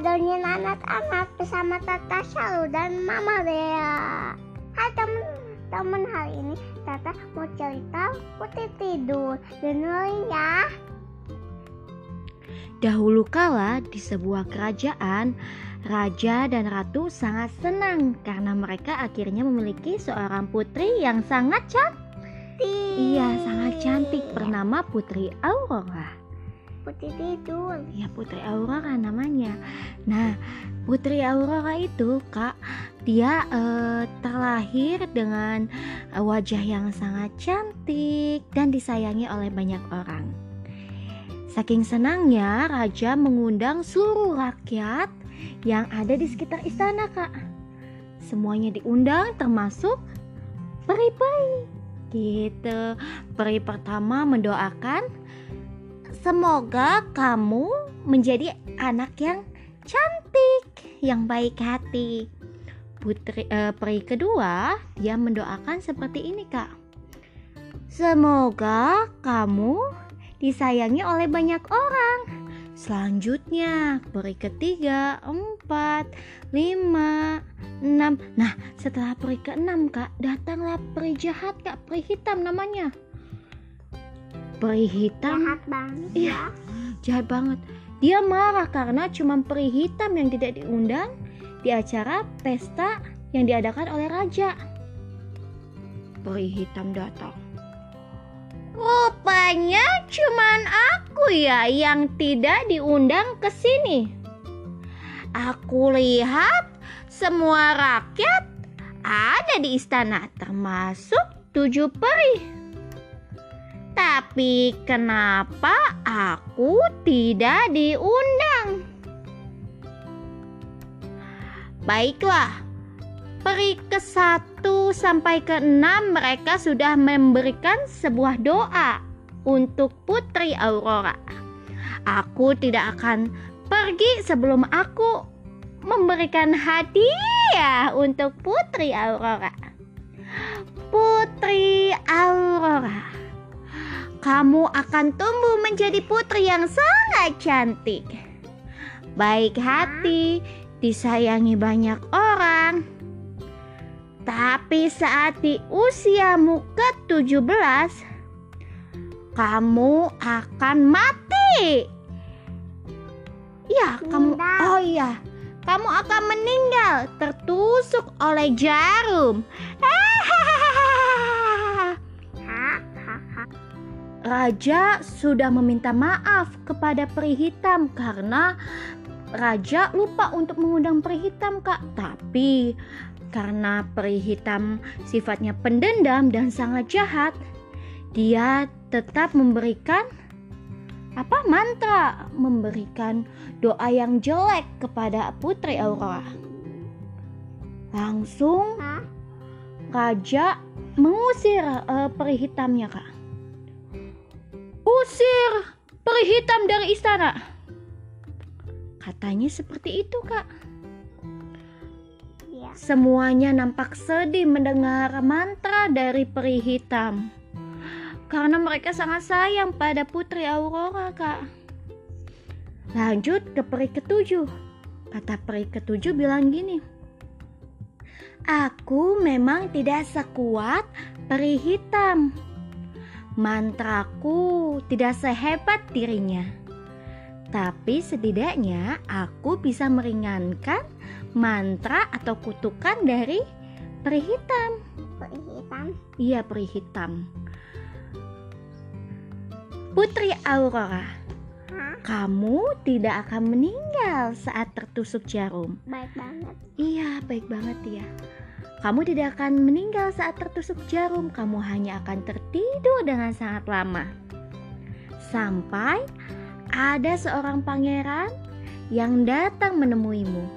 dongeng anak-anak bersama Tata Syalu dan Mama Bea. Hai teman-teman, hari ini Tata mau cerita Putri Tidur. Dengerin ya. Dahulu kala di sebuah kerajaan, raja dan ratu sangat senang karena mereka akhirnya memiliki seorang putri yang sangat cantik. Iya, sangat cantik, bernama Putri Aurora. Putri Tidur. Ya, Putri Aurora namanya. Nah, Putri Aurora itu, Kak, dia terlahir dengan wajah yang sangat cantik dan disayangi oleh banyak orang. Saking senangnya, raja mengundang seluruh rakyat yang ada di sekitar istana, Kak. Semuanya diundang, termasuk peri-peri. Gitu. Peri pertama mendoakan, semoga kamu menjadi anak yang cantik, yang baik hati. Peri kedua, dia mendoakan seperti ini, Kak. Semoga kamu disayangi oleh banyak orang. Selanjutnya, peri ketiga, 4, 5, 6. Nah, setelah peri ke-6, Kak, datanglah peri jahat, Kak. Peri hitam namanya. Peri hitam Jahat banget. Iya, jahat banget. Dia marah karena cuma peri hitam yang tidak diundang di acara pesta yang diadakan oleh raja. Peri hitam datang. Rupanya cuman aku ya yang tidak diundang ke sini. Aku lihat semua rakyat ada di istana, termasuk 7 peri. Tapi kenapa aku tidak diundang? Baiklah, peri ke-1 sampai ke-6 mereka sudah memberikan sebuah doa untuk Putri Aurora. Aku tidak akan pergi sebelum aku memberikan hadiah untuk Putri Aurora. Putri Aurora, kamu akan tumbuh menjadi putri yang sangat cantik, baik hati, disayangi banyak orang. Tapi saat di usiamu ke-17, kamu akan mati. Ya, kamu akan meninggal tertusuk oleh jarum. Raja sudah meminta maaf kepada peri hitam karena raja lupa untuk mengundang peri hitam, Kak. Tapi karena peri hitam sifatnya pendendam dan sangat jahat, dia tetap memberikan mantra, memberikan doa yang jelek kepada Putri Aurora. Langsung raja mengusir peri hitamnya, Kak. Usir peri hitam dari istana. Katanya seperti itu, Kak. Ya. Semuanya nampak sedih mendengar mantra dari peri hitam, karena mereka sangat sayang pada Putri Aurora, Kak. Lanjut ke peri ke-7. Kata peri ke-7 bilang gini, aku memang tidak sekuat peri hitam. Mantraku tidak sehebat dirinya. Tapi setidaknya aku bisa meringankan mantra atau kutukan dari peri hitam. Peri hitam. Iya, peri hitam. Putri Aurora, kamu tidak akan meninggal saat tertusuk jarum. Baik banget. Iya, baik banget ya. Kamu tidak akan meninggal saat tertusuk jarum. Kamu hanya akan tertidur dengan sangat lama. Sampai ada seorang pangeran yang datang menemuimu.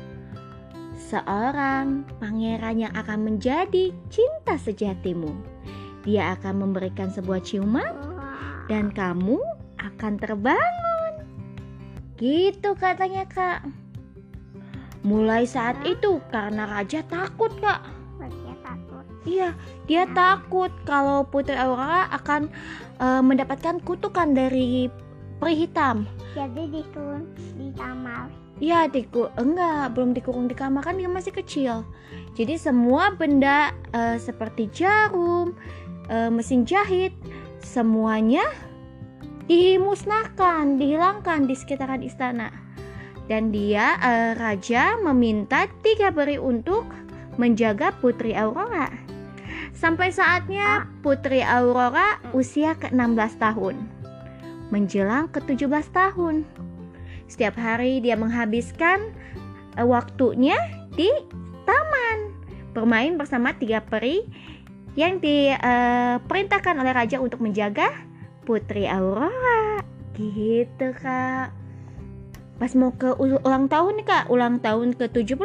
Seorang pangeran yang akan menjadi cinta sejatimu. Dia akan memberikan sebuah ciuman dan kamu akan terbangun. Gitu katanya, Kak. Mulai saat itu karena raja takut, Kak. Raja takut. Iya, dia takut kalau Putri Aurora akan mendapatkan kutukan dari peri hitam. Jadi dikurung di kamar. Ya, belum dikurung di kamar, kan dia masih kecil. Jadi semua benda seperti jarum, mesin jahit, semuanya dimusnahkan, dihilangkan di sekitaran istana. Dan raja meminta 3 peri untuk menjaga Putri Aurora. Sampai saatnya Putri Aurora usia ke-16 tahun, menjelang ke-17 tahun. Setiap hari dia menghabiskan waktunya di taman, bermain bersama 3 peri yang diperintahkan oleh raja untuk menjaga Putri Aurora. Gitu, Kak. Pas mau ke ulang tahun nih, Kak, ulang tahun ke-17,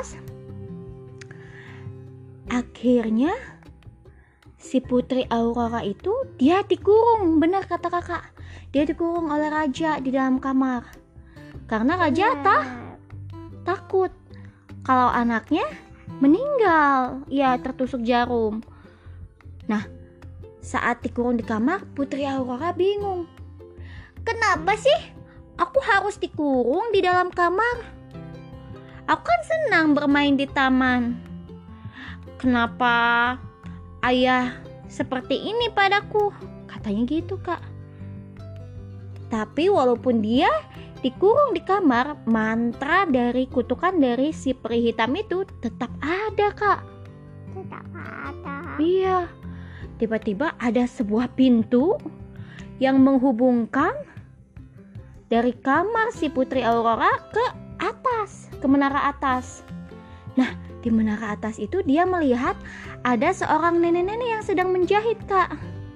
akhirnya si Putri Aurora itu dia dikurung. Benar kata Kakak, dia dikurung oleh raja di dalam kamar. Karena raja takut kalau anaknya meninggal, ya tertusuk jarum. Nah, saat dikurung di kamar, Putri Aurora bingung. Kenapa sih aku harus dikurung di dalam kamar? Aku kan senang bermain di taman. Kenapa ayah seperti ini padaku? Katanya gitu, Kak. Tapi walaupun dia dikurung di kamar, mantra dari kutukan dari si peri hitam itu tetap ada, Kak. Tetap ada. Iya. Tiba-tiba ada sebuah pintu yang menghubungkan dari kamar si Putri Aurora ke atas, ke menara atas. Nah, di menara atas itu dia melihat ada seorang nenek-nenek yang sedang menjahit, Kak.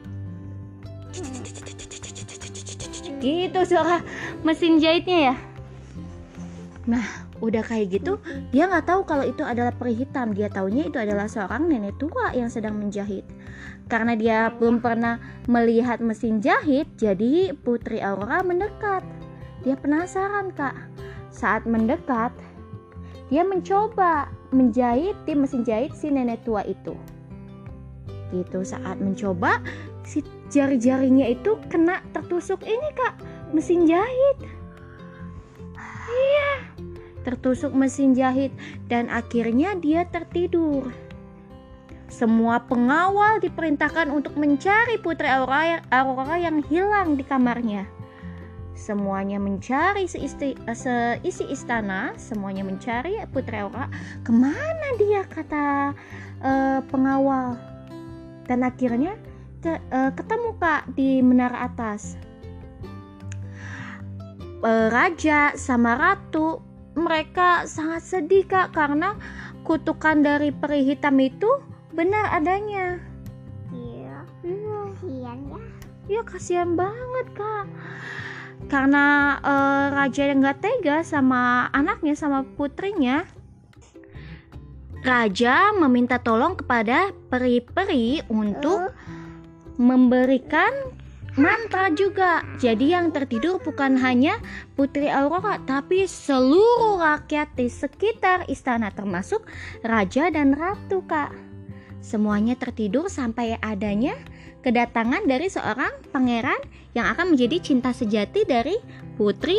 Gitu suara mesin jahitnya ya. Nah, udah kayak gitu, dia nggak tahu kalau itu adalah peri hitam. Dia taunya itu adalah seorang nenek tua yang sedang menjahit. Karena dia belum pernah melihat mesin jahit, jadi Putri Aurora mendekat. Dia penasaran, Kak. Saat mendekat, dia mencoba menjahit di mesin jahit si nenek tua itu. Gitu, saat mencoba, si jari-jarinya itu kena tertusuk ini, Kak, mesin jahit. Iya, tertusuk mesin jahit dan akhirnya dia tertidur. Semua pengawal diperintahkan untuk mencari Putri Aurora yang hilang di kamarnya. Semuanya mencari seisi istana, semuanya mencari Putri Aurora. Kemana dia, kata pengawal. Dan akhirnya ketemu, Kak, di menara atas. Raja sama ratu mereka sangat sedih, Kak, karena kutukan dari peri hitam itu benar adanya. Iya. Kasian ya. Iya, kasihan banget, Kak. Karena raja yang gak tega sama anaknya, sama putrinya, raja meminta tolong kepada peri-peri untuk memberikan mantra juga. Jadi yang tertidur bukan hanya Putri Aurora, tapi seluruh rakyat di sekitar istana, termasuk raja dan ratu, Kak. Semuanya tertidur sampai adanya kedatangan dari seorang pangeran yang akan menjadi cinta sejati dari Putri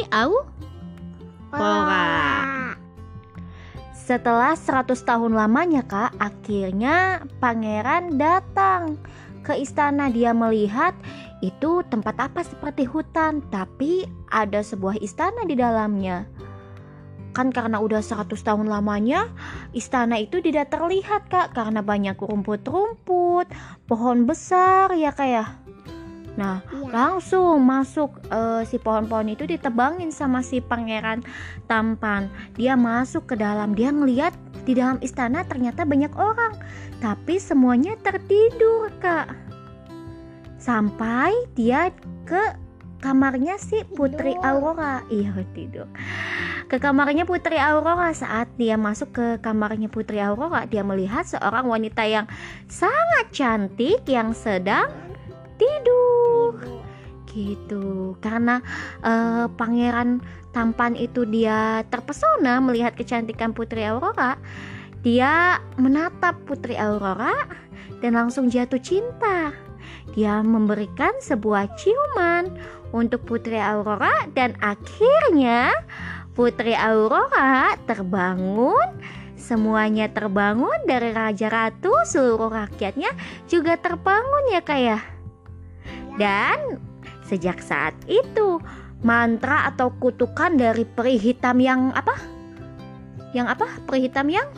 Aurora. Setelah 100 tahun lamanya, Kak, akhirnya pangeran datang ke istana. Dia melihat itu tempat apa seperti hutan, tapi ada sebuah istana di dalamnya. Kan karena udah 100 tahun lamanya, istana itu tidak terlihat, Kak, karena banyak rumput-rumput, pohon besar ya, Kak ya. Nah, langsung masuk si pohon-pohon itu ditebangin sama si pangeran tampan. Dia masuk ke dalam, dia ngeliat di dalam istana ternyata banyak orang, tapi semuanya tertidur, Kak. Sampai dia ke kamarnya si Putri Aurora. Iya, tidur. Ke kamarnya Putri Aurora. Saat dia masuk ke kamarnya Putri Aurora, dia melihat seorang wanita yang sangat cantik yang sedang tidur. Gitu. Karena pangeran tampan itu dia terpesona melihat kecantikan Putri Aurora, dia menatap Putri Aurora dan langsung jatuh cinta. Dia memberikan sebuah ciuman untuk Putri Aurora dan akhirnya Putri Aurora terbangun. Semuanya terbangun, dari raja ratu, seluruh rakyatnya juga terbangun ya Kak ya. Dan sejak saat itu mantra atau kutukan dari peri hitam yang apa? Yang apa? Peri hitam yang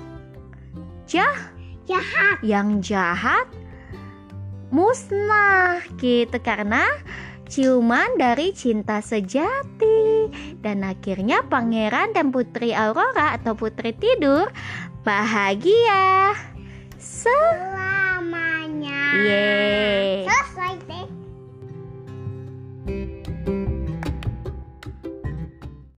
Jahat. yang jahat musnah gitu karena ciuman dari cinta sejati. Dan akhirnya pangeran dan Putri Aurora atau Putri Tidur bahagia Selamanya. Yeay.